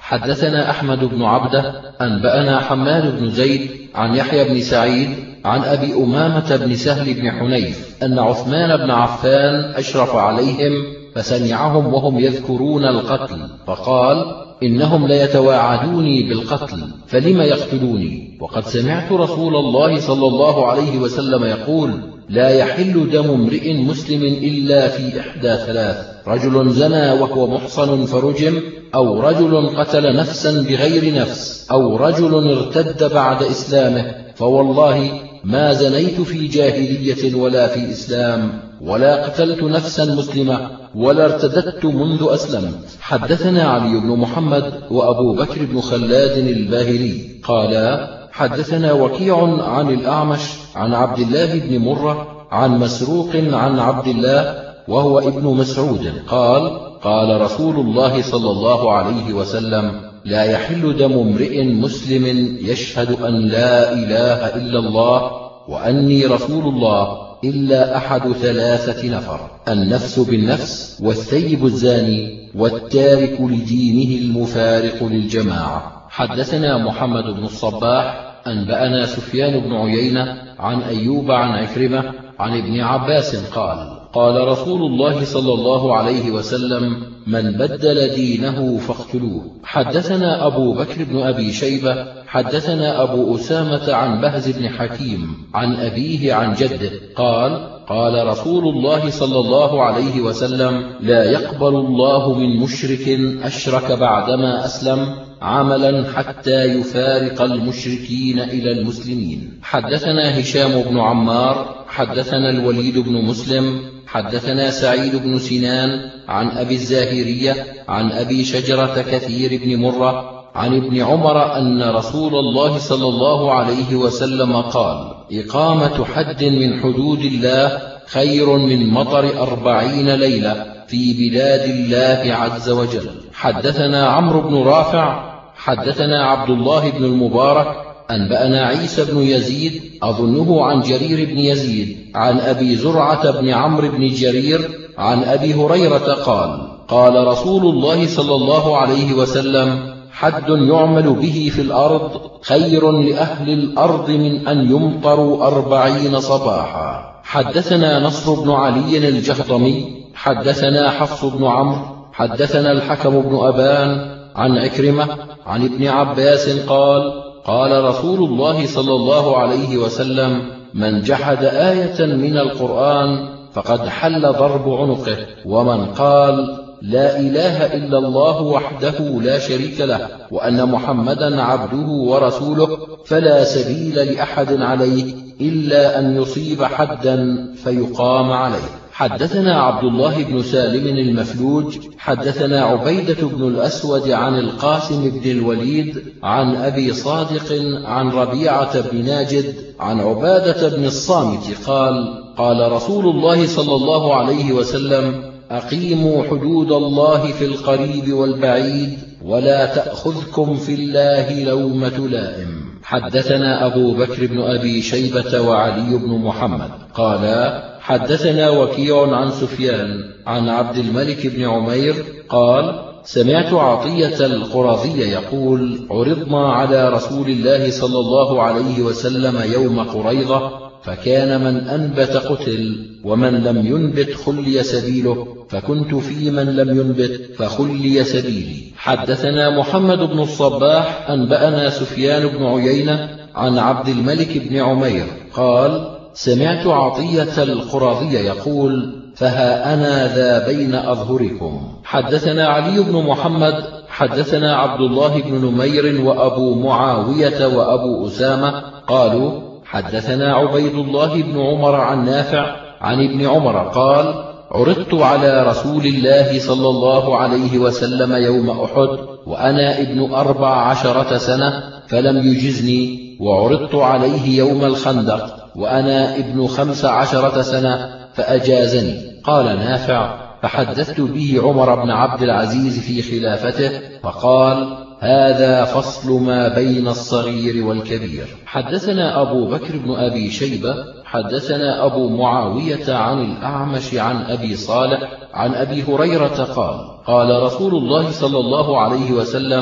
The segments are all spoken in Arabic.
حدثنا أحمد بن عبده أنبأنا حماد بن زيد عن يحيى بن سعيد عن أبي أمامة بن سهل بن حنيف أن عثمان بن عفان أشرف عليهم فسمعهم وهم يذكرون القتل فقال: إنهم ليتواعدوني بالقتل فلم يقتلوني، وقد سمعت رسول الله صلى الله عليه وسلم يقول: لا يحل دم امرئ مسلم إلا في إحدى ثلاث: رجل زنى وهو محصن فرجم، أو رجل قتل نفسا بغير نفس، أو رجل ارتد بعد إسلامه، فوالله ما زنيت في جاهلية ولا في إسلام، ولا قتلت نفسا مسلمة، ولا ارتدت منذ أسلمت. حدثنا علي بن محمد وأبو بكر بن خلاد الباهلي قالا: حدثنا وكيع عن الأعمش عن عبد الله بن مرة عن مسروق عن عبد الله وهو ابن مسعود قال: قال رسول الله صلى الله عليه وسلم: لا يحل دم امرئ مسلم يشهد أن لا إله إلا الله وأني رسول الله إلا أحد ثلاثة نفر: النفس بالنفس، والثيب الزاني، والتارك لدينه المفارق للجماعة. حدثنا محمد بن الصباح أنبأنا سفيان بن عيينة عن أيوب عن عكرمة عن ابن عباس قال: قال رسول الله صلى الله عليه وسلم: من بدل دينه فاقتلوه. حدثنا أبو بكر بن أبي شيبة حدثنا أبو أسامة عن بهز بن حكيم عن أبيه عن جده قال: قال رسول الله صلى الله عليه وسلم: لا يقبل الله من مشرك أشرك بعدما أسلم عملا حتى يفارق المشركين إلى المسلمين. حدثنا هشام بن عمار حدثنا الوليد بن مسلم حدثنا سعيد بن سنان عن أبي الزاهرية عن أبي شجرة كثير بن مرة عن ابن عمر أن رسول الله صلى الله عليه وسلم قال: إقامة حد من حدود الله خير من مطر 40 ليلة في بلاد الله عز وجل. حدثنا عمرو بن رافع حدثنا عبد الله بن المبارك أنبأنا عيسى بن يزيد أظنه عن جرير بن يزيد عن أبي زرعة بن عمرو بن جرير عن أبي هريرة قال: قال رسول الله صلى الله عليه وسلم: حد يعمل به في الأرض خير لأهل الأرض من أن يمطروا 40 صباحا. حدثنا نصر بن علي الجهضمي حدثنا حفص بن عمرو حدثنا الحكم بن أبان عن عكرمة عن ابن عباس قال: قال رسول الله صلى الله عليه وسلم: من جحد آية من القرآن فقد حل ضرب عنقه، ومن قال: لا إله إلا الله وحده لا شريك له وأن محمدا عبده ورسوله فلا سبيل لأحد عليه إلا أن يصيب حدا فيقام عليه. حدثنا عبد الله بن سالم المفلوج حدثنا عبيدة بن الأسود عن القاسم بن الوليد عن أبي صادق عن ربيعة بن ناجد عن عبادة بن الصامت قال: قال رسول الله صلى الله عليه وسلم: أقيموا حدود الله في القريب والبعيد ولا تأخذكم في الله لومة لائم. حدثنا أبو بكر بن أبي شيبة وعلي بن محمد قالا: حدثنا وكيع عن سفيان عن عبد الملك بن عمير قال: سمعت عطية القرظي يقول: عرضنا على رسول الله صلى الله عليه وسلم يوم قريظة، فكان من أنبت قتل ومن لم ينبت خلي سبيله، فكنت في من لم ينبت فخلي سبيلي. حدثنا محمد بن الصباح أنبأنا سفيان بن عيينة عن عبد الملك بن عمير قال: سمعت عطية القرظي يقول: فها أنا ذا بين أظهركم. حدثنا علي بن محمد حدثنا عبد الله بن نمير وأبو معاوية وأبو أسامة قالوا: حدثنا عبيد الله بن عمر عن نافع عن ابن عمر قال: عرضت على رسول الله صلى الله عليه وسلم يوم أحد وأنا ابن 14 سنة فلم يجزني، وعرضت عليه يوم الخندق وأنا ابن 15 سنة فأجازني. قال نافع: فحدثت به عمر بن عبد العزيز في خلافته فقال: هذا فصل ما بين الصغير والكبير. حدثنا أبو بكر بن أبي شيبة حدثنا أبو معاوية عن الأعمش عن أبي صالح عن أبي هريرة قال: قال رسول الله صلى الله عليه وسلم: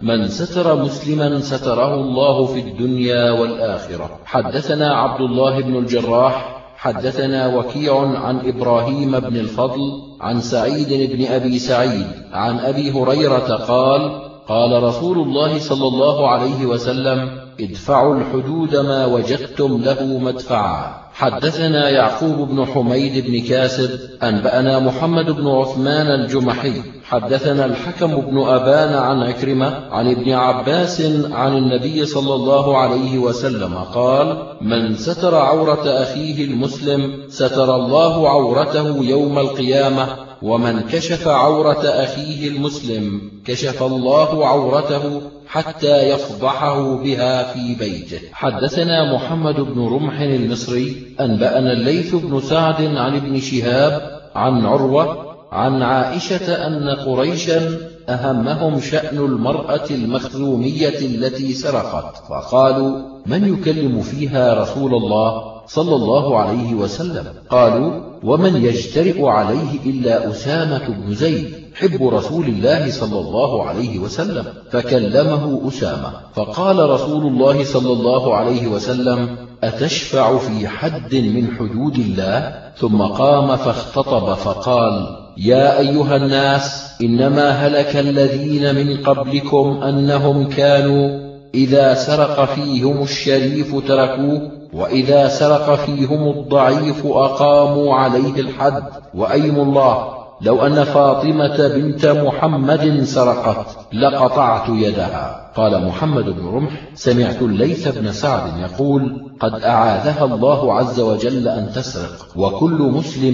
من ستر مسلما ستره الله في الدنيا والآخرة. حدثنا عبد الله بن الجراح حدثنا وكيع عن إبراهيم بن الفضل عن سعيد بن أبي سعيد عن أبي هريرة قال: قال رسول الله صلى الله عليه وسلم: ادفعوا الحدود ما وجدتم له مدفعا. حدثنا يعقوب بن حميد بن كاسب أنبأنا محمد بن عثمان الجمحي حدثنا الحكم بن أبان عن عكرمة عن ابن عباس عن النبي صلى الله عليه وسلم قال: من ستر عورة أخيه المسلم ستر الله عورته يوم القيامة، ومن كشف عورة أخيه المسلم كشف الله عورته حتى يفضحه بها في بيته. حدثنا محمد بن رمح المصري أنبأنا الليث بن سعد عن ابن شهاب عن عروة عن عائشة أن قريشا أهمهم شأن المرأة المخزومية التي سرقت، فقالوا: من يكلم فيها رسول الله صلى الله عليه وسلم؟ قالوا: ومن يجترئ عليه إلا أسامة بن زيد حب رسول الله صلى الله عليه وسلم، فكلمه أسامة، فقال رسول الله صلى الله عليه وسلم: أتشفع في حد من حدود الله؟ ثم قام فاختطب فقال: يا أيها الناس، إنما هلك الذين من قبلكم أنهم كانوا إذا سرق فيهم الشريف تركوه، وإذا سرق فيهم الضعيف أقاموا عليه الحد، وأيم الله لو أن فاطمة بنت محمد سرقت لقطعت يدها. قال محمد بن رمح: سمعت الليث بن سعد يقول: قد أعاذها الله عز وجل أن تسرق، وكل مسلم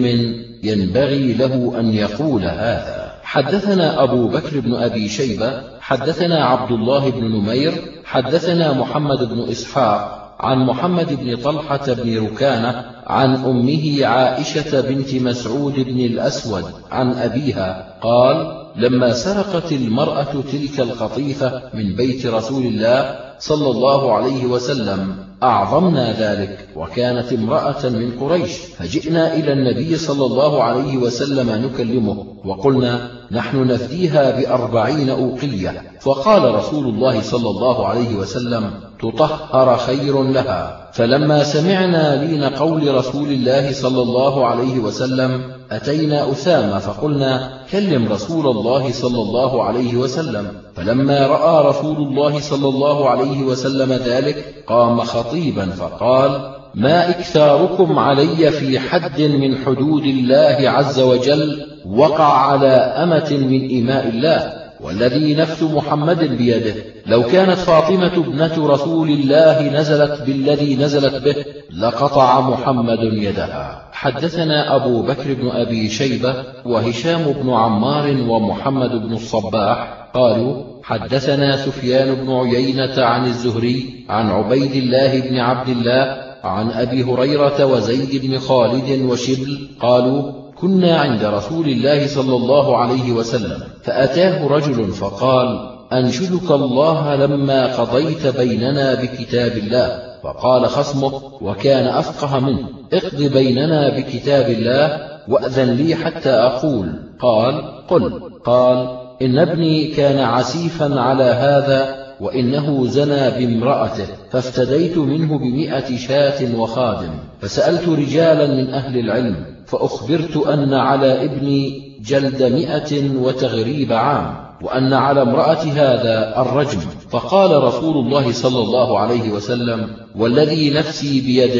ينبغي له أن يقول هذا. حدثنا أبو بكر بن أبي شيبة حدثنا عبد الله بن نمير حدثنا محمد بن إسحاق عن محمد بن طلحة بن ركانة عن أمه عائشة بنت مسعود بن الأسود عن أبيها قال: لما سرقت المرأة تلك القطيفة من بيت رسول الله صلى الله عليه وسلم أعظمنا ذلك، وكانت امرأة من قريش، فجئنا إلى النبي صلى الله عليه وسلم نكلمه، وقلنا: نحن نفديها ب40 أوقية. فقال رسول الله صلى الله عليه وسلم: تطهر خير لها. فلما سمعنا لين قول رسول الله صلى الله عليه وسلم أتينا أسامة فقلنا: كلم رسول الله صلى الله عليه وسلم. فلما رأى رسول الله صلى الله عليه وسلم ذلك قام خطيبا فقال: ما إكثاركم علي في حد من حدود الله عز وجل وقع على أمة من إماء الله، والذي نفس محمد بيده، لو كانت فاطمة ابنة رسول الله نزلت بالذي نزلت به لقطع محمد يدها. حدثنا أبو بكر بن أبي شيبة وهشام بن عمار ومحمد بن الصباح قالوا: حدثنا سفيان بن عيينة عن الزهري عن عبيد الله بن عبد الله عن أبي هريرة وزيد بن خالد وشبل قالوا: كنا عند رسول الله صلى الله عليه وسلم، فأتاه رجل فقال: أنشدك الله لما قضيت بيننا بكتاب الله. فقال خصمه وكان أفقه منه: اقض بيننا بكتاب الله وأذن لي حتى أقول. قال: قل. قال: إن ابني كان عسيفا على هذا، وإنه زنى بامرأته، فافتديت منه ب100 شاة وخادم، فسألت رجالا من أهل العلم فأخبرت أن على ابني جلد 100 وتغريب عام، وأن على امرأة هذا الرجم. فقال رسول الله صلى الله عليه وسلم: والذي نفسي بيده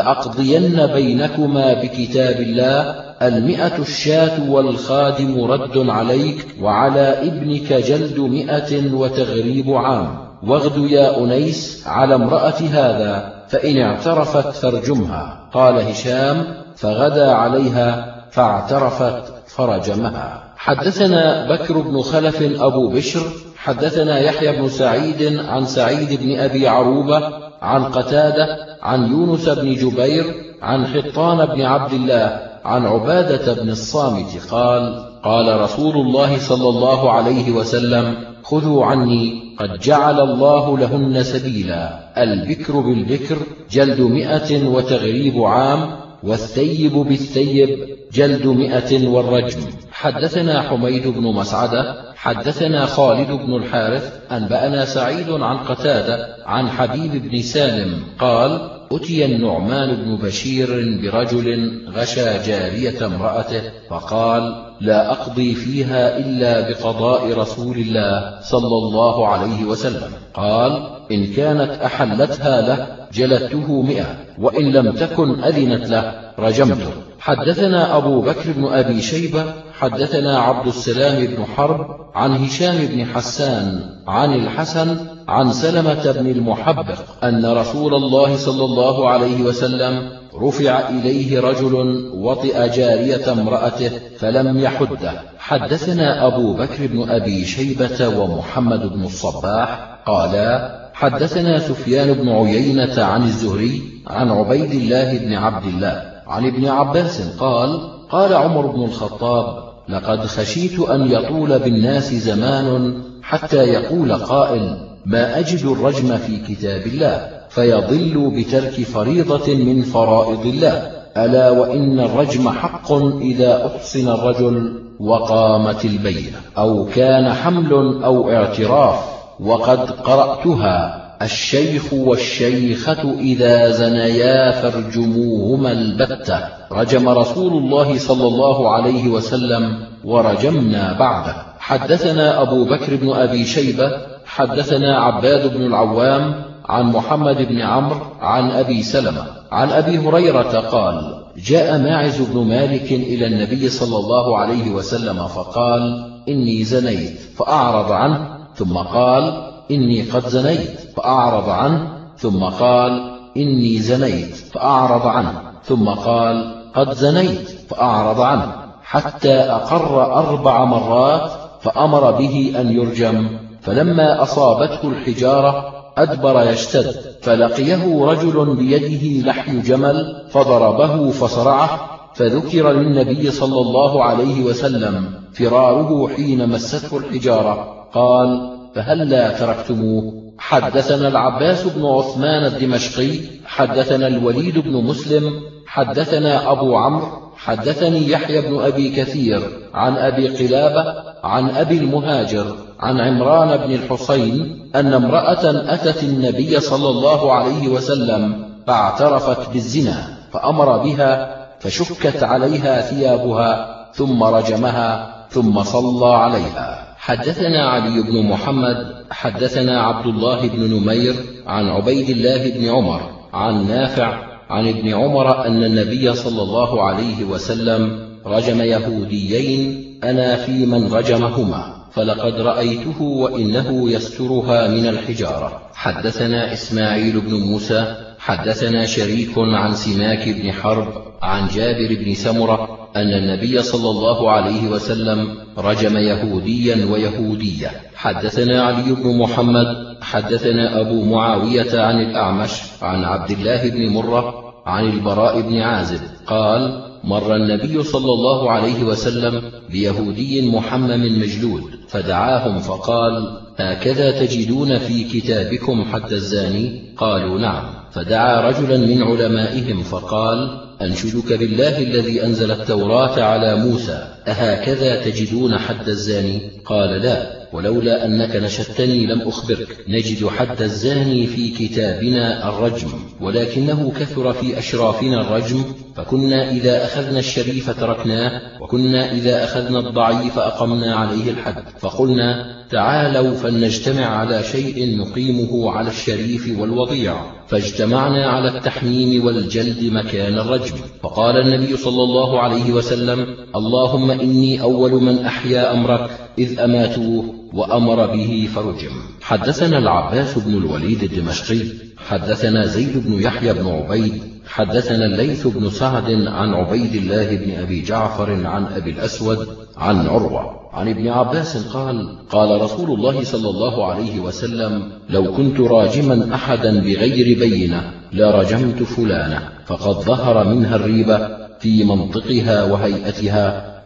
لأقضين بينكما بكتاب الله، 100 الشاة والخادم رد عليك، وعلى ابنك جلد 100 وتغريب عام، واغد يا أنيس على امرأة هذا، فإن اعترفت فارجمها. قال هشام: فغدا عليها فاعترفت فرجمها. حدثنا بكر بن خلف أبو بشر حدثنا يحيى بن سعيد عن سعيد بن أبي عروبة عن قتادة عن يونس بن جبير عن حطان بن عبد الله عن عبادة بن الصامت قال: قال رسول الله صلى الله عليه وسلم: خذوا عني قد جعل الله لهن سبيلا، البكر بالبكر جلد 100 وتغريب عام، والثيب بالثيب جلد 100 والرجم. حدثنا حميد بن مسعدة حدثنا خالد بن الحارث أنبأنا سعيد عن قتادة عن حبيب بن سالم قال: أتي النعمان بن بشير برجل غشى جارية امرأته فقال: لا أقضي فيها إلا بقضاء رسول الله صلى الله عليه وسلم. قال: إن كانت أحلتها له جلدته 100، وإن لم تكن أذنت له رجمته. حدثنا أبو بكر بن أبي شيبة حدثنا عبد السلام بن حرب عن هشام بن حسان عن الحسن عن سلمة بن المحبق أن رسول الله صلى الله عليه وسلم رفع إليه رجل وطئ جارية امرأته فلم يحده. حدثنا أبو بكر بن أبي شيبة ومحمد بن الصباح قالا: حدثنا سفيان بن عيينة عن الزهري عن عبيد الله بن عبد الله عن ابن عباس قال: قال عمر بن الخطاب: لقد خشيت أن يطول بالناس زمان حتى يقول قائل: ما أجد الرجم في كتاب الله، فيضل بترك فريضة من فرائض الله. ألا وإن الرجم حق إذا أحصن الرجل وقامت البينة، أو كان حمل أو اعتراف. وقد قرأتها: الشيخ والشيخة إذا زنيا فارجموهما البتة. رجم رسول الله صلى الله عليه وسلم ورجمنا بعده. حدثنا أبو بكر بن أبي شيبة حدثنا عباد بن العوام عن محمد بن عمرو عن أبي سلمة عن أبي هريرة قال: جاء ماعز بن مالك إلى النبي صلى الله عليه وسلم فقال: إني زنيت، فأعرض عنه، ثم قال: إني قد زنيت، فأعرض عنه، ثم قال: إني زنيت، فأعرض عنه، ثم قال: قد زنيت، فأعرض عنه، حتى أقر 4 مرات، فأمر به أن يرجم. فلما أصابته الحجارة أدبر يشتد، فلقيه رجل بيده لحي جمل فضربه فصرعه، فذكر للنبي صلى الله عليه وسلم فراره حين مسته الحجارة، قال: فهلا تركتموه؟ حدثنا العباس بن عثمان الدمشقي حدثنا الوليد بن مسلم حدثنا أبو عمرو حدثني يحيى بن أبي كثير عن أبي قلابة عن أبي المهاجر عن عمران بن الحصين أن امرأة أتت النبي صلى الله عليه وسلم فاعترفت بالزنا، فأمر بها فشكت عليها ثيابها ثم رجمها ثم صلى عليها. حدثنا علي بن محمد حدثنا عبد الله بن نمير عن عبيد الله بن عمر عن نافع عن ابن عمر أن النبي صلى الله عليه وسلم رجم يهوديين أنا في من رجمهما، فلقد رأيته وإنه يسترها من الحجارة. حدثنا إسماعيل بن موسى حدثنا شريك عن سماك بن حرب عن جابر بن سمرة أن النبي صلى الله عليه وسلم رجم يهوديا ويهودية. حدثنا علي بن محمد حدثنا أبو معاوية عن الأعمش عن عبد الله بن مرة عن البراء بن عازب قال: مر النبي صلى الله عليه وسلم بيهودي محمم مجلود، فدعاهم فقال: هكذا تجدون في كتابكم حد الزاني؟ قالوا: نعم. فدعا رجلا من علمائهم فقال: أنشدك بالله الذي أنزل التوراة على موسى، أهكذا تجدون حد الزاني؟ قال: لا، ولولا أنك نشدتني لم أخبرك. نجد حد الزاني في كتابنا الرجم، ولكنه كثر في أشرافنا الرجم، فكنا إذا أخذنا الشريف تركناه، وكنا إذا أخذنا الضعيف أقمنا عليه الحد. فقلنا: تعالوا فلنجتمع على شيء نقيمه على الشريف والوضيع، فاجتمعنا على التحميم والجلد مكان الرجم. فقال النبي صلى الله عليه وسلم: اللهم إني أول من أحيا أمرك إذ أماتوه، وأمر به فرجم. حدثنا العباس بن الوليد الدمشقي حدثنا زيد بن يحيى بن عبيد حدثنا الليث بن سعد عن عبيد الله بن أبي جعفر عن أبي الأسود عن عروة عن ابن عباس قال: قال رسول الله صلى الله عليه وسلم: لو كنت راجما أحدا بغير بينة لرجمت فلانة، فقد ظهر منها الريبة في منطقها وهيئتها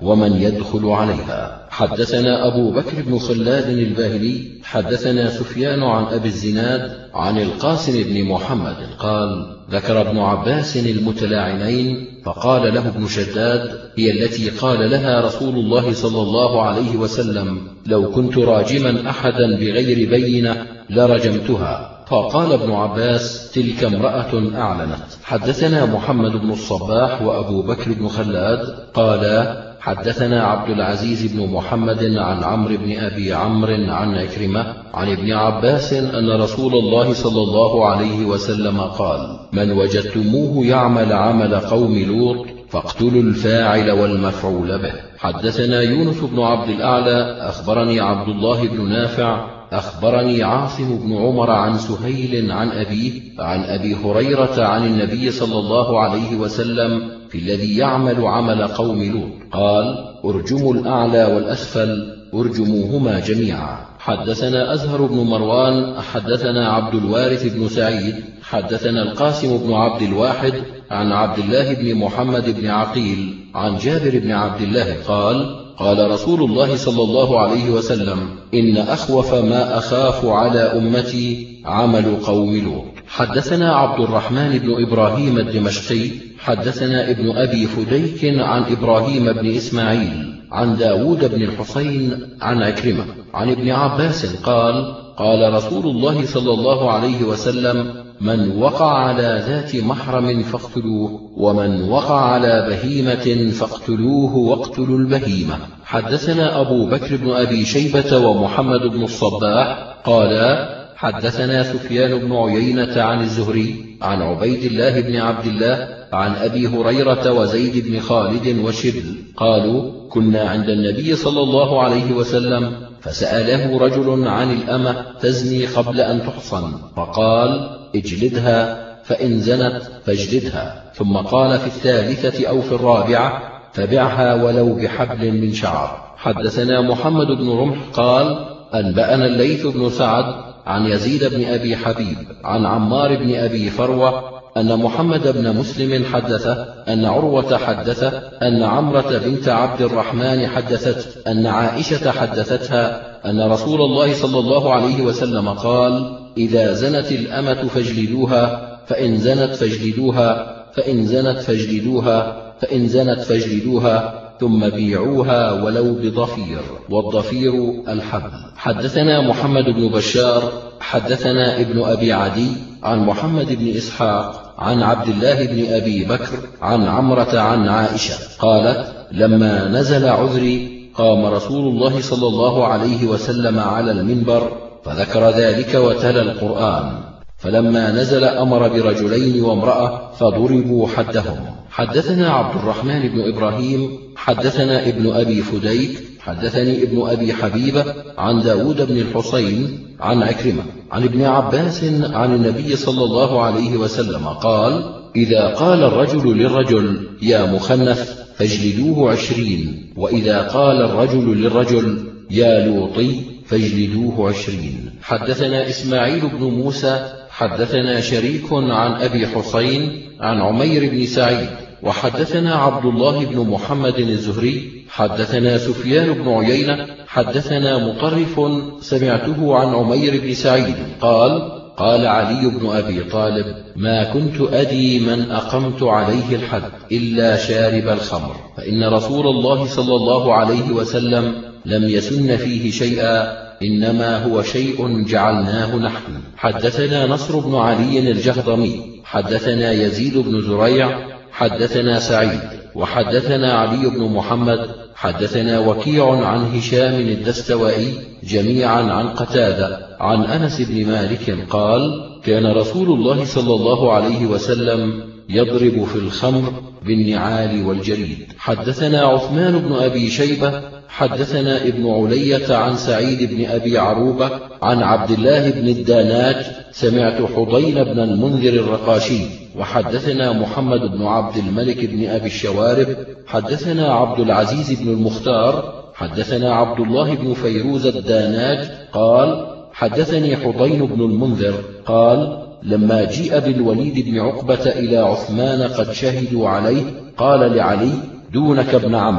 ومن يدخل عليها. حدثنا أبو بكر بن خلاد الباهلي حدثنا سفيان عن أبي الزناد عن القاسم بن محمد قال: ذكر ابن عباس المتلاعنين فقال له ابن شداد: هي التي قال لها رسول الله صلى الله عليه وسلم: لو كنت راجما أحدا بغير بينة لرجمتها. فقال ابن عباس: تلك امرأة أعلنت. حدثنا محمد بن الصباح وأبو بكر بن خلاد قالا: حدثنا عبد العزيز بن محمد عن عمرو بن أبي عمرو عن عكرمة عن ابن عباس أن رسول الله صلى الله عليه وسلم قال: من وجدتموه يعمل عمل قوم لوط فاقتلوا الفاعل والمفعول به. حدثنا يونس بن عبد الأعلى أخبرني عبد الله بن نافع أخبرني عاصم بن عمر عن سهيل عن أبيه عن أبي هريرة عن النبي صلى الله عليه وسلم في الذي يعمل عمل قوم لوط قال: ارجموا الأعلى والأسفل، ارجموهما جميعا. حدثنا أزهر بن مروان حدثنا عبد الوارث بن سعيد حدثنا القاسم بن عبد الواحد عن عبد الله بن محمد بن عقيل عن جابر بن عبد الله قال: قال رسول الله صلى الله عليه وسلم: إن أخوف ما أخاف على أمتي عمل قوم لوط. حدثنا عبد الرحمن بن إبراهيم الدمشقي حدثنا ابن أبي فديك عن إبراهيم بن إسماعيل عن داود بن الحسين عن عكرمة عن ابن عباس قال: قال رسول الله صلى الله عليه وسلم: من وقع على ذات محرم فاقتلوه، ومن وقع على بهيمة فاقتلوه واقتلوا البهيمة. حدثنا أبو بكر بن أبي شيبة ومحمد بن الصباح قالا: حدثنا سفيان بن عيينة عن الزهري عن عبيد الله بن عبد الله عن أبي هريرة وزيد بن خالد وشبل قالوا: كنا عند النبي صلى الله عليه وسلم فسأله رجل عن الأمة تزني قبل أن تحصن فقال: اجلدها، فإن زنت فاجلدها. ثم قال في الثالثة أو في الرابعة: فبعها ولو بحبل من شعر. حدثنا محمد بن رمح قال: أنبأنا الليث بن سعد عن يزيد بن أبي حبيب عن عمار بن أبي فروة أن محمد بن مسلم حدثه أن عروة حدثه أن عمرة بنت عبد الرحمن حدثت أن عائشة حدثتها أن رسول الله صلى الله عليه وسلم قال: إذا زنت الأمة فاجلدوها، فإن زنت فاجلدوها، فإن زنت فاجلدوها، فإن زنت فاجلدوها، ثم بيعوها ولو بضفير، والضفير الحبل. حدثنا محمد بن بشار حدثنا ابن أبي عدي عن محمد بن إسحاق عن عبد الله بن أبي بكر عن عمرة عن عائشة قالت: لما نزل عذري قام رسول الله صلى الله عليه وسلم على المنبر فذكر ذلك وتلا القرآن، فلما نزل أمر برجلين وامرأة فضربوا حدهم. حدثنا عبد الرحمن بن إبراهيم حدثنا ابن أبي فديك حدثني ابن أبي حبيبة عن داود بن الحسين عن عكرمة عن ابن عباس عن النبي صلى الله عليه وسلم قال: إذا قال الرجل للرجل يا مخنث فاجلدوه 20، وإذا قال الرجل للرجل يا لوطي فاجلدوه 20. حدثنا إسماعيل بن موسى حدثنا شريك عن أبي حسين عن عمير بن سعيد وحدثنا عبد الله بن محمد الزهري حدثنا سفيان بن عيينة حدثنا مطرف سمعته عن عمير بن سعيد قال: قال علي بن أبي طالب: ما كنت أدري من أقمت عليه الحد إلا شارب الخمر، فإن رسول الله صلى الله عليه وسلم لم يسن فيه شيئا، إنما هو شيء جعلناه نحن. حدثنا نصر بن علي الجهضمي حدثنا يزيد بن زريع حدثنا سعيد وحدثنا علي بن محمد حدثنا وكيع عن هشام الدستوائي جميعا عن قتادة عن أنس بن مالك قال: كان رسول الله صلى الله عليه وسلم يضرب في الخمر بالنعال والجريد. حدثنا عثمان بن أبي شيبة حدثنا ابن علية عن سعيد بن أبي عروبة عن عبد الله بن الداناج سمعت حضين بن المنذر الرقاشي وحدثنا محمد بن عبد الملك بن أبي الشوارب حدثنا عبد العزيز بن المختار حدثنا عبد الله بن فيروز الداناج قال: حدثني حضين بن المنذر قال: لما جيء بالوليد بن عقبة إلى عثمان قد شهدوا عليه قال لعلي: دونك ابن عمك،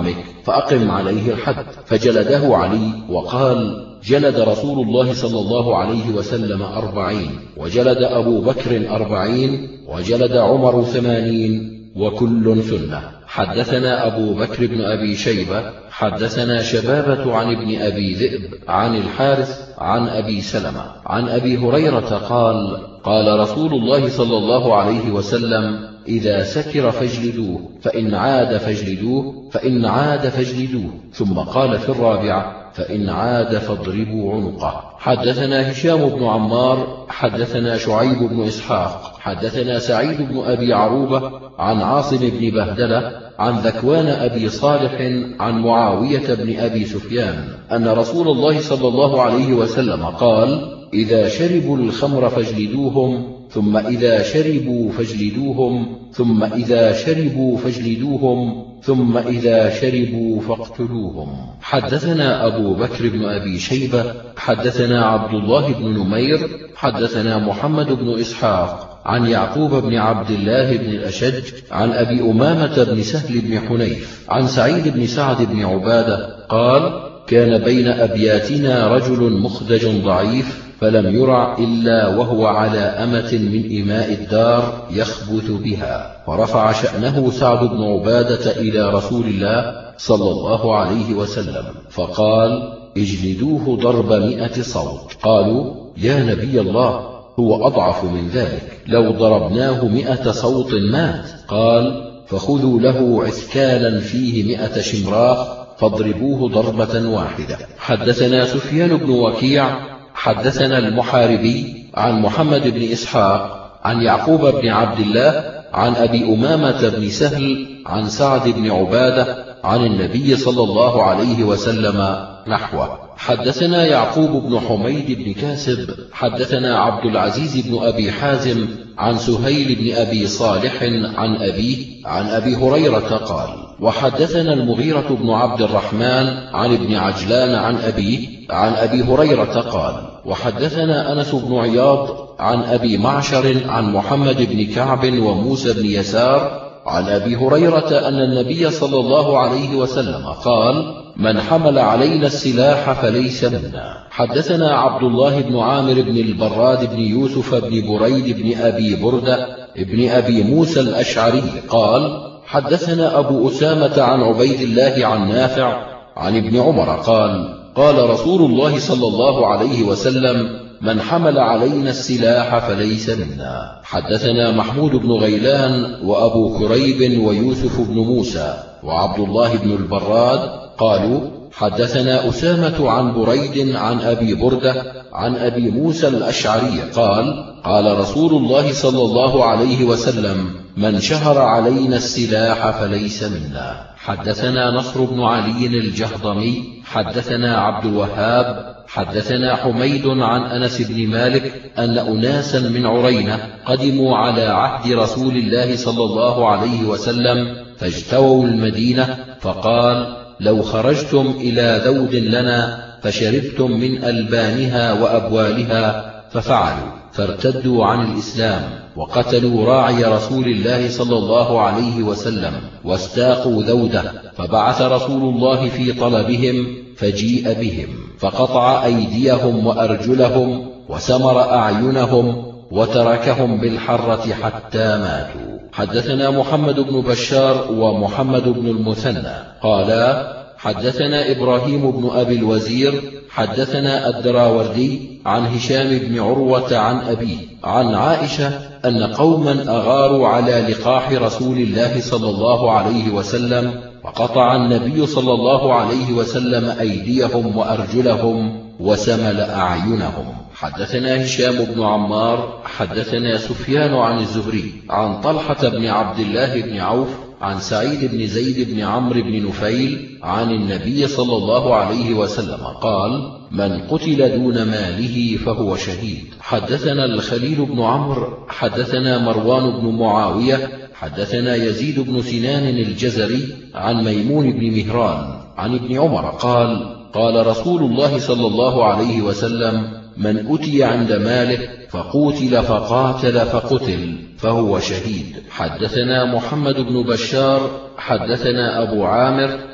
فأقم عليه الحد. فجلده علي وقال: جلد رسول الله صلى الله عليه وسلم 40، وجلد أبو بكر 40، وجلد عمر 80، وكل سنة. حدثنا أبو بكر بن أبي شيبة حدثنا شبابة عن ابن أبي ذئب عن الحارث عن أبي سلمة عن أبي هريرة قال: قال رسول الله صلى الله عليه وسلم: إذا سكر فاجلدوه، فإن عاد فاجلدوه، فإن عاد فاجلدوه. ثم قال في الرابعة: فإن عاد فاضربوا عنقه. حدثنا هشام بن عمار حدثنا شعيب بن إسحاق حدثنا سعيد بن أبي عروبة عن عاصم بن بهدلة عن ذكوان أبي صالح عن معاوية بن أبي سفيان أن رسول الله صلى الله عليه وسلم قال: إذا شربوا الخمر فاجلدوهم، ثم إذا شربوا فاجلدوهم، ثم إذا شربوا فاجلدوهم، ثم إذا شربوا فاقتلوهم. حدثنا أبو بكر بن أبي شيبة حدثنا عبد الله بن نمير حدثنا محمد بن إسحاق عن يعقوب بن عبد الله بن الأشج عن أبي أمامة بن سهل بن حنيف عن سعيد بن سعد بن عبادة قال: كان بين أبياتنا رجل مخدج ضعيف، فلم يرع إلا وهو على أمة من إماء الدار يخبث بها، فرفع شأنه سعد بن عبادة إلى رسول الله صلى الله عليه وسلم فقال: اجلدوه ضرب 100 صوت. قالوا: يا نبي الله، هو أضعف من ذلك، لو ضربناه 100 صوت مات. قال: فخذوا له عسكالا فيه 100 شمراخ فاضربوه ضربة واحدة. حدثنا سفيان بن وكيع حدثنا المحاربي عن محمد بن إسحاق عن يعقوب بن عبد الله عن أبي أمامة بن سهل عن سعد بن عبادة عن النبي صلى الله عليه وسلم نحوه. حدثنا يعقوب بن حميد بن كاسب حدثنا عبد العزيز بن أبي حازم عن سهيل بن أبي صالح عن أبيه عن أبي هريرة قال: وحدثنا المغيرة بن عبد الرحمن عن ابن عجلان عن أبيه عن أبي هريرة قال: وحدثنا أنس بن عياض عن أبي معشر عن محمد بن كعب وموسى بن يسار عن أبي هريرة أن النبي صلى الله عليه وسلم قال: من حمل علينا السلاح فليس منا. حدثنا عبد الله بن عامر بن البراد بن يوسف بن بريد بن أبي بردة بن أبي موسى الأشعري قال: حدثنا أبو أسامة عن عبيد الله عن نافع عن ابن عمر قال: قال رسول الله صلى الله عليه وسلم: من حمل علينا السلاح فليس منا. حدثنا محمود بن غيلان وأبو كريب ويوسف بن موسى وعبد الله بن البراد قالوا: حدثنا أسامة عن بريد عن أبي بردة عن أبي موسى الأشعري قال: قال رسول الله صلى الله عليه وسلم: من شهر علينا السلاح فليس منا. حدثنا نصر بن علي الجهضمي حدثنا عبد الوهاب حدثنا حميد عن أنس بن مالك أن أناسا من عرينة قدموا على عهد رسول الله صلى الله عليه وسلم فاجتووا المدينة، فقال: لو خرجتم إلى ذود لنا فشربتم من ألبانها وأبوالها، ففعلوا، فارتدوا عن الإسلام وقتلوا راعي رسول الله صلى الله عليه وسلم واستاقوا ذوده، فبعث رسول الله في طلبهم فجيء بهم فقطع أيديهم وأرجلهم وسمر أعينهم وتركهم بالحرة حتى ماتوا. حدثنا محمد بن بشار ومحمد بن المثنى قالا: حدثنا إبراهيم بن أبي الوزير حدثنا الدراوردي عن هشام بن عروة عن أبيه عن عائشة أن قوما أغاروا على لقاح رسول الله صلى الله عليه وسلم، وقطع النبي صلى الله عليه وسلم أيديهم وأرجلهم وسمل أعينهم. حدثنا هشام بن عمار حدثنا سفيان عن الزهري عن طلحة بن عبد الله بن عوف عن سعيد بن زيد بن عمرو بن نفيل عن النبي صلى الله عليه وسلم قال: من قتل دون ماله فهو شهيد. حدثنا الخليل بن عمرو حدثنا مروان بن معاوية حدثنا يزيد بن سنان الجزري عن ميمون بن مهران عن ابن عمر قال: قال رسول الله صلى الله عليه وسلم: من أتي عند ماله فقوتل فقاتل فقتل فهو شهيد. حدثنا محمد بن بشار حدثنا أبو عامر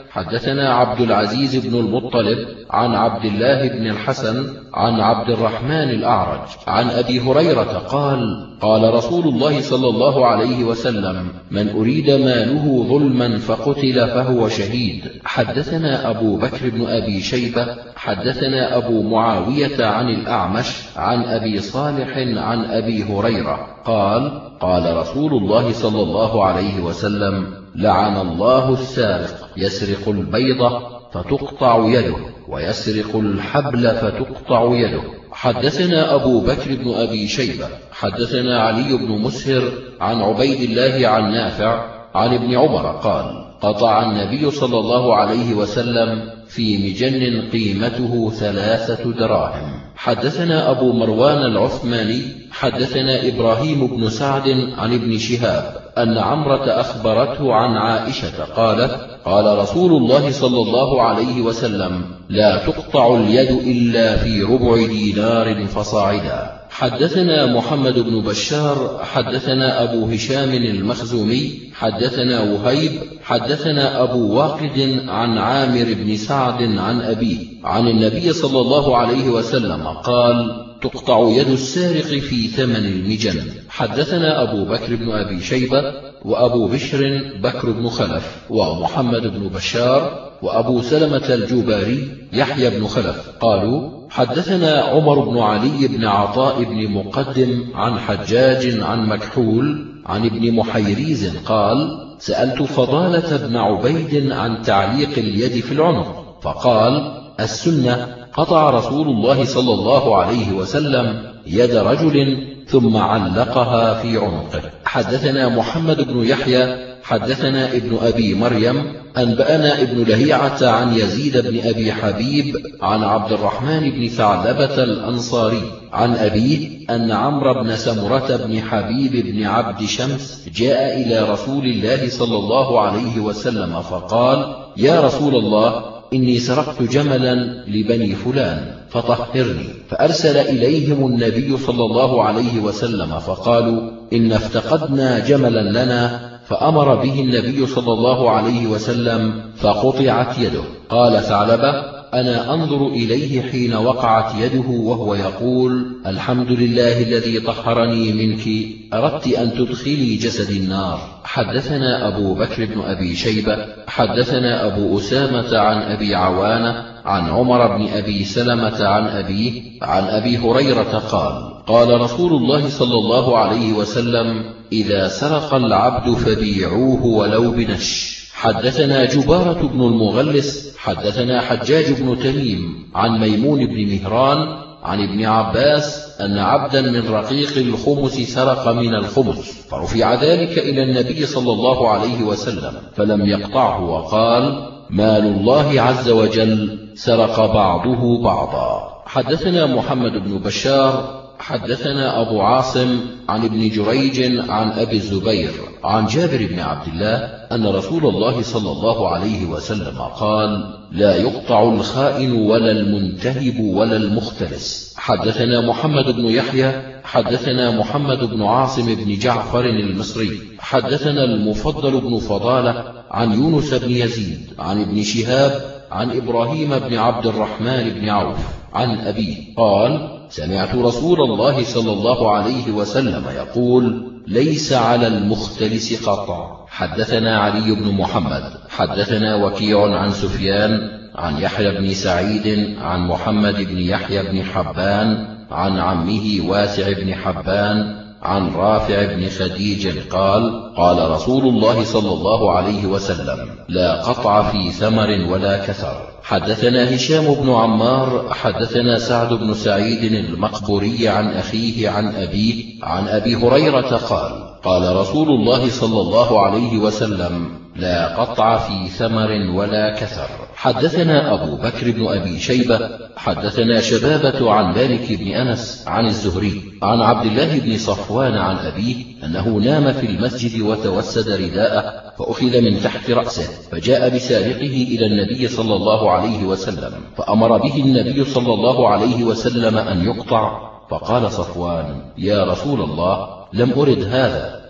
حدثنا عبد العزيز بن المطلب عن عبد الله بن الحسن عن عبد الرحمن الأعرج عن أبي هريرة قال قال رسول الله صلى الله عليه وسلم من أريد ماله ظلما فقتل فهو شهيد. حدثنا أبو بكر بن أبي شيبة حدثنا أبو معاوية عن الأعمش عن أبي صالح عن أبي هريرة قال قال رسول الله صلى الله عليه وسلم لعن الله السارق يسرق البيضة فتقطع يده ويسرق الحبل فتقطع يده. حدثنا أبو بكر بن أبي شيبة حدثنا علي بن مسهر عن عبيد الله عن نافع عن ابن عمر قال قطع النبي صلى الله عليه وسلم في مجن قيمته 3 دراهم. حدثنا أبو مروان العثماني حدثنا إبراهيم بن سعد عن ابن شهاب أن عمرة أخبرته عن عائشة قالت قال رسول الله صلى الله عليه وسلم لا تقطع اليد إلا في ربع دينار فصاعدا. حدثنا محمد بن بشار حدثنا أبو هشام المخزومي حدثنا وهيب حدثنا أبو واقد عن عامر بن سعد عن أبيه عن النبي صلى الله عليه وسلم قال تقطع يد السارق في ثمن المجن. حدثنا أبو بكر بن أبي شيبة وأبو بشر بكر بن خلف ومحمد بن بشار وأبو سلمة الجباري يحيى بن خلف قالوا حدثنا عمر بن علي بن عطاء بن مقدم عن حجاج عن مكحول عن ابن محيريز قال سألت فضالة بن عبيد عن تعليق اليد في العنق فقال السنة قطع رسول الله صلى الله عليه وسلم يد رجل ثم علقها في عنقه. حدثنا محمد بن يحيى حدثنا ابن أبي مريم أنبأنا ابن لهيعة عن يزيد بن أبي حبيب عن عبد الرحمن بن ثعلبة الأنصاري عن أبيه أن عمرو بن سمرة بن حبيب بن عبد شمس جاء إلى رسول الله صلى الله عليه وسلم فقال يا رسول الله إني سرقت جملا لبني فلان فطهرني. فأرسل إليهم النبي صلى الله عليه وسلم فقالوا إن افتقدنا جملا لنا فأمر به النبي صلى الله عليه وسلم فقطعت يده. قال ثعلبة أنا أنظر إليه حين وقعت يده وهو يقول الحمد لله الذي طهرني منك أردت أن تدخلي جسد النار. حدثنا أبو بكر بن أبي شيبة حدثنا أبو أسامة عن أبي عوانة عن عمر بن أبي سلمة عن أبيه عن أبي هريرة قال قال رسول الله صلى الله عليه وسلم إذا سرق العبد فبيعوه ولو بنش. حدثنا جبارة بن المغلس حدثنا حجاج بن تميم عن ميمون بن مهران عن ابن عباس أن عبدا من رقيق الخمس سرق من الخمس فرفع ذلك إلى النبي صلى الله عليه وسلم فلم يقطعه وقال مال الله عز وجل سرق بعضه بعضا. حدثنا محمد بن بشار حدثنا أبو عاصم عن ابن جريج عن أبي الزبير عن جابر بن عبد الله أن رسول الله صلى الله عليه وسلم قال لا يقطع الخائن ولا المنتهب ولا المختلس. حدثنا محمد بن يحيى حدثنا محمد بن عاصم بن جعفر المصري حدثنا المفضل بن فضالة عن يونس بن يزيد عن ابن شهاب عن إبراهيم بن عبد الرحمن بن عوف عن أبيه قال سمعت رسول الله صلى الله عليه وسلم يقول ليس على المختلس قطع. حدثنا علي بن محمد حدثنا وكيع عن سفيان عن يحيى بن سعيد عن محمد بن يحيى بن حبان عن عمه واسع بن حبان عن رافع بن خديج قال قال رسول الله صلى الله عليه وسلم لا قطع في ثمر ولا كثر. حدثنا هشام بن عمار حدثنا سعد بن سعيد المقبوري عن أخيه عن أبيه عن أبي هريرة قال قال رسول الله صلى الله عليه وسلم لا قطع في ثمر ولا كثر. حدثنا أبو بكر بن أبي شيبة حدثنا شبابة عن مالك بن أنس عن الزهري عن عبد الله بن صفوان عن أبيه أنه نام في المسجد وتوسد رداءه فأخذ من تحت رأسه فجاء بسارقه إلى النبي صلى الله عليه وسلم فأمر به النبي صلى الله عليه وسلم أن يقطع. فقال صفوان يا رسول الله لم أرد هذا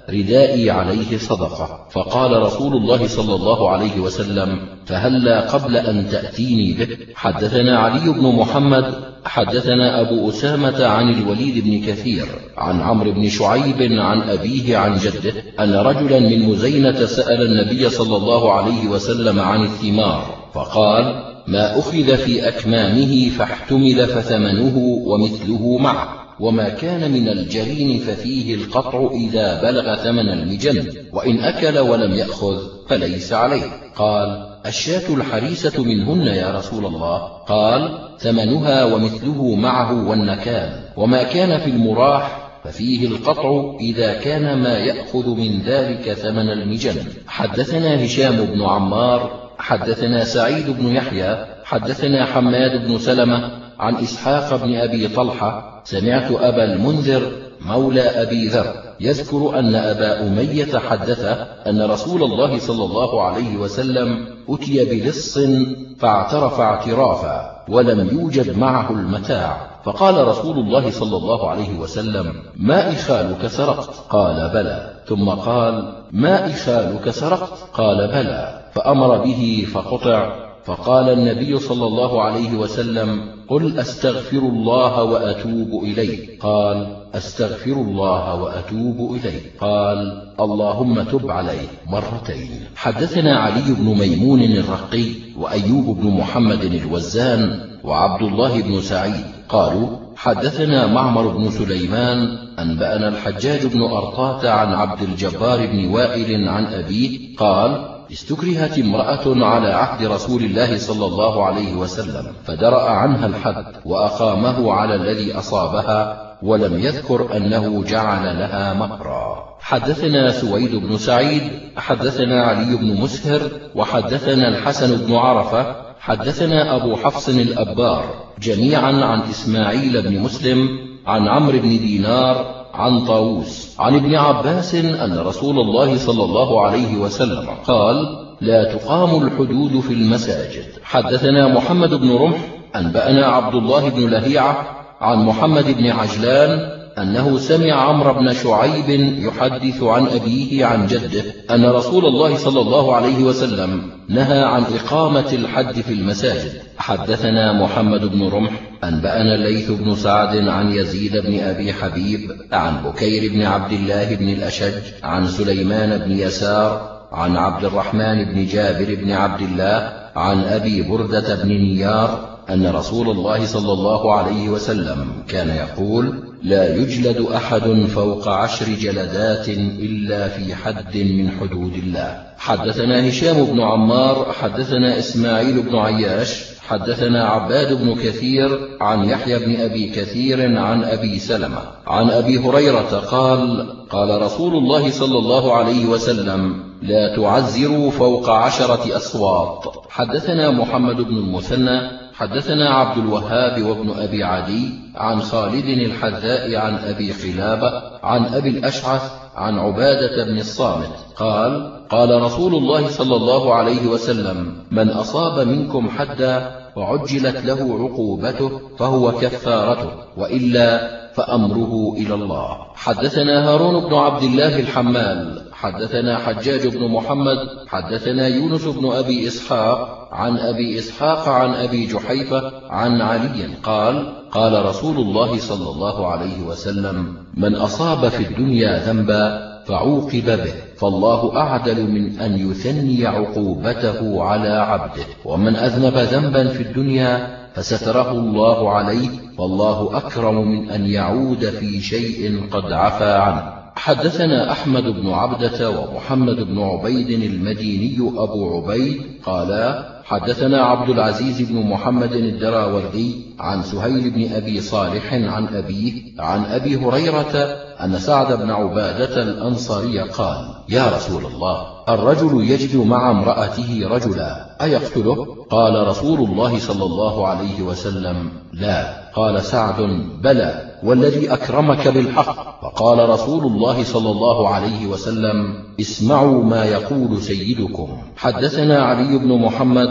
ردائي عليه صدقة. فقال رسول الله صلى الله عليه وسلم: فهلا قبل أن تأتيني به. حدثنا علي بن محمد حدثنا أبو أسامة عن الوليد بن كثير عن عمرو بن شعيب عن أبيه عن جده أن رجلا من مزينة سأل النبي صلى الله عليه وسلم عن الثمار، فقال: ما أخذ في أكمامه فاحتمل فثمنه ومثله معه، وما كان من الجرين ففيه القطع إذا بلغ ثمن المجن، وإن أكل ولم يأخذ فليس عليه. قال: الشاة الحريسة منهن يا رسول الله؟ قال: ثمنها ومثله معه والنكال، وما كان في المراح ففيه القطع إذا كان ما يأخذ من ذلك ثمن المجن. حدثنا هشام بن عمار حدثنا سعيد بن يحيى حدثنا حماد بن سلمة عن إسحاق بن أبي طلحة سمعت أبا المنذر مولى أبي ذر يذكر أن أبا أمية حدثه أن رسول الله صلى الله عليه وسلم أتي بلص فاعترف اعترافا ولم يوجد معه المتاع، فقال رسول الله صلى الله عليه وسلم: ما إخالك سرقت؟ قال: بلى. ثم قال: ما إخالك سرقت؟ قال: بلى. فأمر به فقطع. فقال النبي صلى الله عليه وسلم: قل أستغفر الله وأتوب إليه. قال: أستغفر الله وأتوب إليه. قال: اللهم تب عليه مرتين. حدثنا علي بن ميمون الرقي وأيوب بن محمد الوزان وعبد الله بن سعيد قالوا: حدثنا معمر بن سليمان أنبأنا الحجاج بن أرطاة عن عبد الجبار بن وائل عن أبيه قال: استكرهت امرأة على عهد رسول الله صلى الله عليه وسلم فدرأ عنها الحد وأقامه على الذي أصابها ولم يذكر أنه جعل لها مهرا. حدثنا سويد بن سعيد حدثنا علي بن مسهر وحدثنا الحسن بن عرفة حدثنا أبو حفص الأبار جميعا عن إسماعيل بن مسلم عن عمرو بن دينار عن طاووس عن ابن عباس أن رسول الله صلى الله عليه وسلم قال: لا تقام الحدود في المساجد. حدثنا محمد بن رمح أنبأنا عبد الله بن لهيعة عن محمد بن عجلان أنه سمع عمرو بن شعيب يحدث عن أبيه عن جده أن رسول الله صلى الله عليه وسلم نهى عن إقامة الحد في المساجد. حدثنا محمد بن رمح أنبأنا الليث بن سعد عن يزيد بن أبي حبيب عن بكير بن عبد الله بن الأشج عن سليمان بن يسار عن عبد الرحمن بن جابر بن عبد الله عن أبي بردة بن نيار أن رسول الله صلى الله عليه وسلم كان يقول: لا يجلد أحد فوق 10 جلدات إلا في حد من حدود الله. حدثنا هشام بن عمار حدثنا إسماعيل بن عياش حدثنا عباد بن كثير عن يحيى بن أبي كثير عن أبي سلمة عن أبي هريرة قال: قال رسول الله صلى الله عليه وسلم: لا تعزروا فوق 10 أصوات. حدثنا محمد بن المثنى حدثنا عبد الوهاب وابن أبي عدي عن خالد الحذاء عن أبي خلابة عن أبي الأشعث عن عبادة بن الصامت قال: قال رسول الله صلى الله عليه وسلم: من أصاب منكم حدا وعجلت له عقوبته فهو كفارته، وإلا فأمره إلى الله. حدثنا هارون بن عبد الله الحمال حدثنا حجاج بن محمد حدثنا يونس بن أبي إسحاق عن أبي إسحاق عن أبي جحيفة عن علي قال: قال رسول الله صلى الله عليه وسلم: من أصاب في الدنيا ذنبا فعوقب به فالله أعدل من أن يثني عقوبته على عبده، ومن أذنب ذنبا في الدنيا فستره الله عليه فالله أكرم من أن يعود في شيء قد عفى عنه. حدثنا أحمد بن عبدة ومحمد بن عبيد المديني أبو عبيد قالا: حدثنا عبد العزيز بن محمد الدراوردي عن سهيل بن أبي صالح عن أبيه عن أبي هريرة أن سعد بن عبادة الأنصاري قال: يا رسول الله، الرجل يجد مع امرأته رجلا أيقتله؟ قال رسول الله صلى الله عليه وسلم: لا. قال سعد: بلى والذي أكرمك بالحق. فقال رسول الله صلى الله عليه وسلم: اسمعوا ما يقول سيدكم. حدثنا علي بن محمد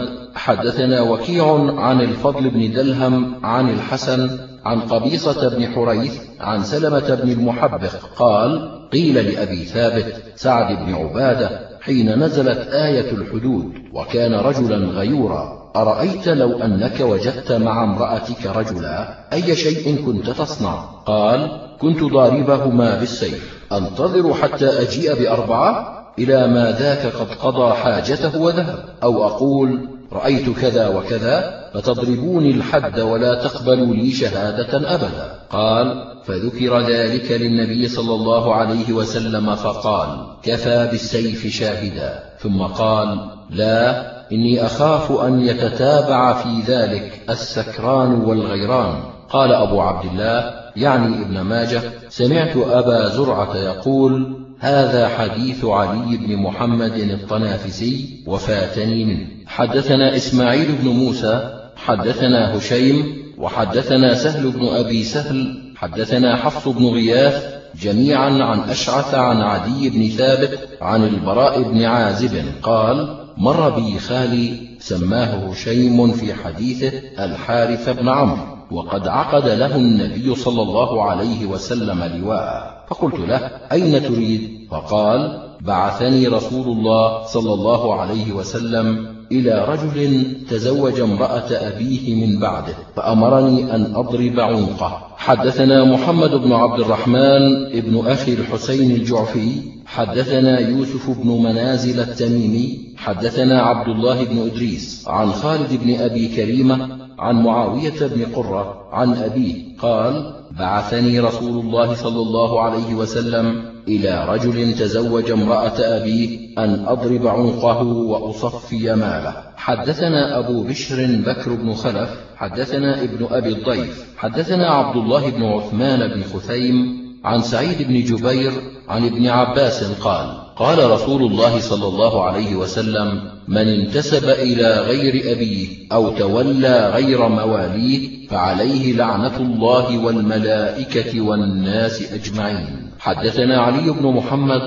حدثنا وكيع عن الفضل بن دلهم عن الحسن عن قبيصة بن حريث عن سلمة بن المحبق قال: قيل لأبي ثابت سعد بن عبادة حين نزلت آية الحدود وكان رجلا غيورا: أرأيت لو أنك وجدت مع امرأتك رجلا أي شيء كنت تصنع؟ قال: كنت ضاربهما بالسيف أنتظر حتى أجيء ب4 إلى ما ذاك قد قضى حاجته وذهب، أو أقول رأيت كذا وكذا فتضربوني الحد ولا تقبلوا لي شهادة أبدا. قال: فذكر ذلك للنبي صلى الله عليه وسلم فقال: كفى بالسيف شاهدا. ثم قال: لا، إني أخاف أن يتتابع في ذلك السكران والغيران. قال أبو عبد الله يعني ابن ماجه: سمعت أبا زرعة يقول: هذا حديث علي بن محمد الطنافسي وفاتني منه. حدثنا إسماعيل بن موسى حدثنا هشيم وحدثنا سهل بن أبي سهل حدثنا حفص بن غياث جميعا عن أشعث عن عدي بن ثابت عن البراء بن عازب قال: مر بي خالي سماه هشيم في حديثه الحارث بن عمرو، وقد عقد له النبي صلى الله عليه وسلم لواء، فقلت له: أين تريد؟ فقال: بعثني رسول الله صلى الله عليه وسلم إلى رجل تزوج امرأة أبيه من بعده، فأمرني أن أضرب عنقه. حدثنا محمد بن عبد الرحمن ابن أخي الحسين الجعفي حدثنا يوسف بن منازل التميمي حدثنا عبد الله بن إدريس عن خالد بن أبي كريمة عن معاوية بن قرة عن أبيه قال: بعثني رسول الله صلى الله عليه وسلم إلى رجل تزوج امرأة أبيه أن أضرب عنقه وأصفي ماله. حدثنا أبو بشر بكر بن خلف حدثنا ابن أبي الضيف حدثنا عبد الله بن عثمان بن خثيم عن سعيد بن جبير عن ابن عباس قال: قال رسول الله صلى الله عليه وسلم: من انتسب إلى غير أبيه أو تولى غير مواليه فعليه لعنة الله والملائكة والناس أجمعين. حدثنا علي بن محمد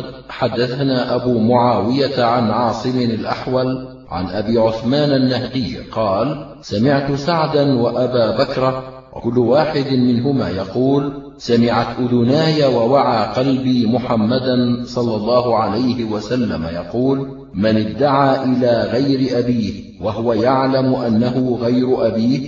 حدثنا أبو معاوية عن عاصم الأحول عن أبي عثمان النهدي قال: سمعت سعدا وأبا بكر وكل واحد منهما يقول: سمعت أذناي ووعى قلبي محمدا صلى الله عليه وسلم يقول: من ادعى إلى غير أبيه وهو يعلم أنه غير أبيه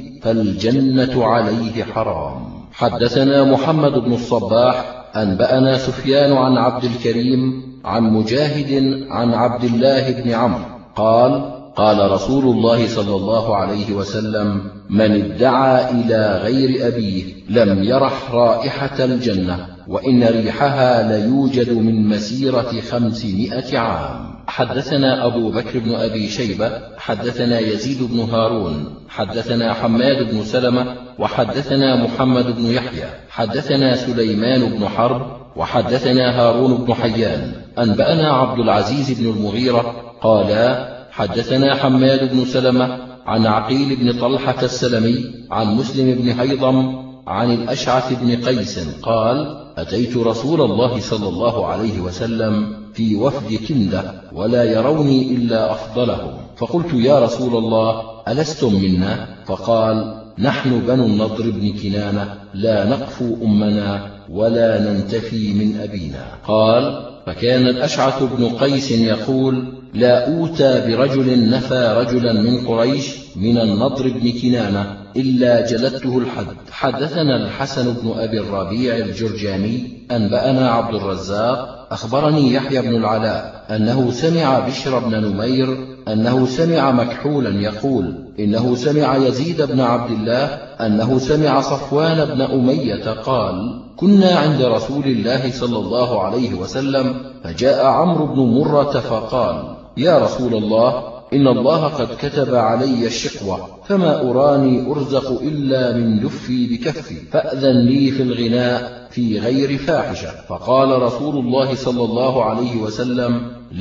فالجنة عليه حرام. حدثنا محمد بن الصباح أنبأنا سفيان عن عبد الكريم عن مجاهد عن عبد الله بن عمرو قال: قال رسول الله صلى الله عليه وسلم: من ادعى إلى غير أبيه لم يرح رائحة الجنة، وإن ريحها ليوجد من مسيرة 500 عام. حدثنا أبو بكر بن أبي شيبة حدثنا يزيد بن هارون حدثنا حماد بن سلمة وحدثنا محمد بن يحيى حدثنا سليمان بن حرب وحدثنا هارون بن حيان أنبأنا عبد العزيز بن المغيرة قالا: حدثنا حماد بن سلمة عن عقيل بن طلحة السلمي عن مسلم بن هيضم عن الأشعث بن قيس قال: أتيت رسول الله صلى الله عليه وسلم في وفد كندة ولا يروني إلا أفضلهم، فقلت: يا رسول الله ألستم منا؟ فقال: نحن بنو النضر بن كنانة لا نقفو أمنا ولا ننتفي من أبينا. قال: فكان الأشعث بن قيس يقول: لا أوتى برجل نفى رجلا من قريش من النضر بن كنانة إلا جلدته الحد. حدثنا الحسن بن أبي الربيع الجرجاني أنبأنا عبد الرزاق أخبرني يحيى بن العلاء أنه سمع بشر بن نمير أنه سمع مكحولا يقول: إنه سمع يزيد بن عبد الله أنه سمع صفوان بن أمية قال: كنا عند رسول الله صلى الله عليه وسلم فجاء عمرو بن مرة فقال: يا رسول الله، إن الله قد كتب علي الشقوة، فما أراني أرزق إلا من دفي بكفي، فأذن لي في الغناء في غير فاحشة. فقال رسول الله صلى الله عليه وسلم: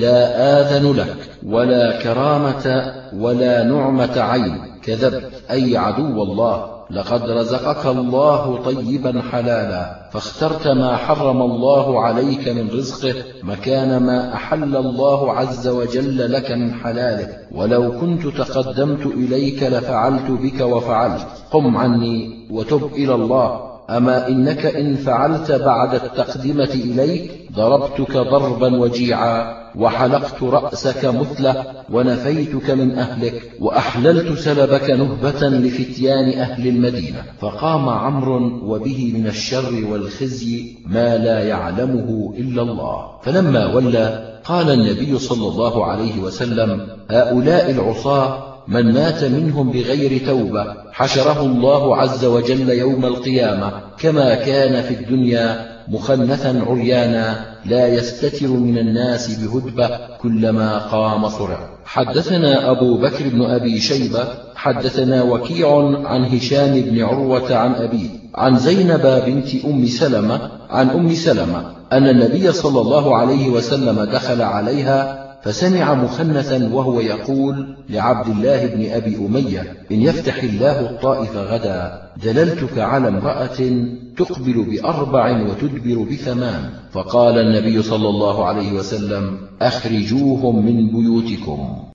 لا آذن لك ولا كرامة ولا نعمة عين، كذبت أي عدو الله، لقد رزقك الله طيبا حلالا، فاخترت ما حرم الله عليك من رزقه مكان ما أحل الله عز وجل لك من حلاله، ولو كنت تقدمت إليك لفعلت بك وفعلت، قم عني وتب إلى الله. أما إنك إن فعلت بعد التقدمة إليك ضربتك ضربا وجيعا، وحلقت رأسك مثله، ونفيتك من أهلك، وأحللت سلبك نهبة لفتيان أهل المدينة. فقام عمرو وبه من الشر والخزي ما لا يعلمه إلا الله. فلما ولى قال النبي صلى الله عليه وسلم: هؤلاء العصاة من مات منهم بغير توبة حشره الله عز وجل يوم القيامة كما كان في الدنيا مخنثا عريانا لا يستتر من الناس بهدبة، كلما قام صرع. حدثنا أبو بكر بن أبي شيبة حدثنا وكيع عن هشام بن عروة عن أبيه عن زينب بنت أم سلمة عن أم سلمة أن النبي صلى الله عليه وسلم دخل عليها فسمع مخنثا وهو يقول لعبد الله بن أبي أمية: إن يفتح الله الطائف غدا دللتك على امرأة تقبل ب4 وتدبر ب8. فقال النبي صلى الله عليه وسلم: أخرجوهم من بيوتكم.